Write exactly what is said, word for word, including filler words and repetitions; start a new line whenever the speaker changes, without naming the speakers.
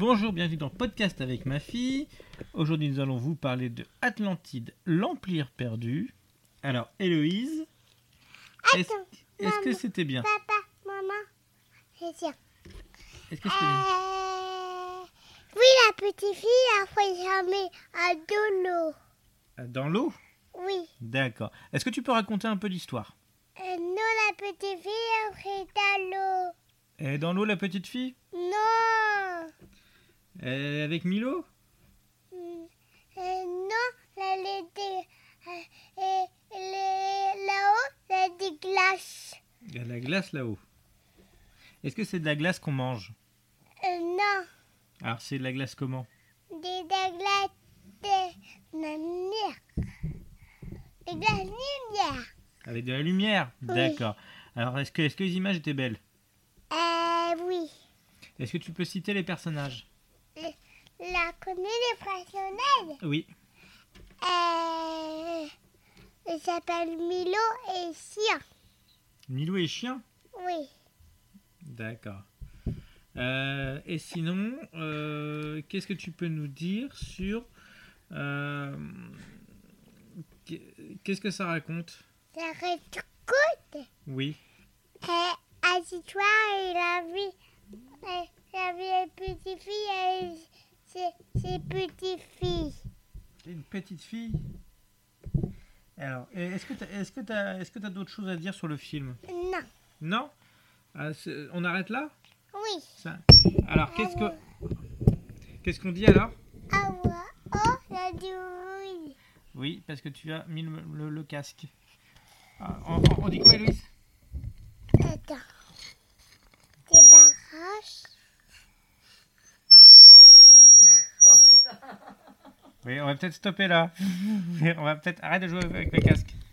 Bonjour, bienvenue dans Podcast avec ma fille. Aujourd'hui, nous allons vous parler de Atlantide, l'Empire perdu. Alors, Héloïse, est-ce,
Attends,
est-ce que
maman,
c'était bien?
Papa, maman, c'est sûr.
Est-ce que c'était bien?
Euh... Oui, la petite fille a fait jamais à de l'eau.
Dans l'eau?
Oui.
D'accord. Est-ce que tu peux raconter un peu l'histoire?
Euh, non, la petite fille a fait à l'eau.
Elle est dans l'eau, la petite fille?
Non.
Elle est avec Milo?
Mm, euh, non, elle était... Euh, et, les- là-haut, il y a des glaces.
Il y a de la glace là-haut. Est-ce que c'est de la glace qu'on mange?
Euh, non,
Alors, c'est de la glace comment?
des, des glaces de lumière. Des glaces lumière.
Avec de la lumière?
Oui.
D'accord. Alors, est-ce que, est-ce que les images étaient belles?
Euh, oui.
Est-ce que tu peux citer les personnages?
La connaît les professionnels.
Oui.
Euh, il s'appelle Milo et Sia.
Milo et chien?
Oui.
D'accord. Euh, et sinon, euh, qu'est-ce que tu peux nous dire sur... euh, qu'est-ce que ça raconte?
Ça reste cool.
Oui.
Euh, assis-toi, il a vu, euh, il a vu une petite fille et ses, ses petites filles.
Une petite fille. Alors, est-ce que tu est-ce que t'as, est-ce que t'as d'autres choses à dire sur le film?
Non.
Non? Ah, c'est- on arrête là?
Oui.
Ça. Alors, qu'est-ce que qu'est-ce qu'on dit alors?
Ah ouais. Oh, il a dit oui.
Oui, parce que tu as mis le, le- le casque. Ah, on, on dit quoi, Héloïse?
Attends. Débarrasse.
Oui, on va peut-être stopper là. On va peut-être arrêter de jouer avec le casque.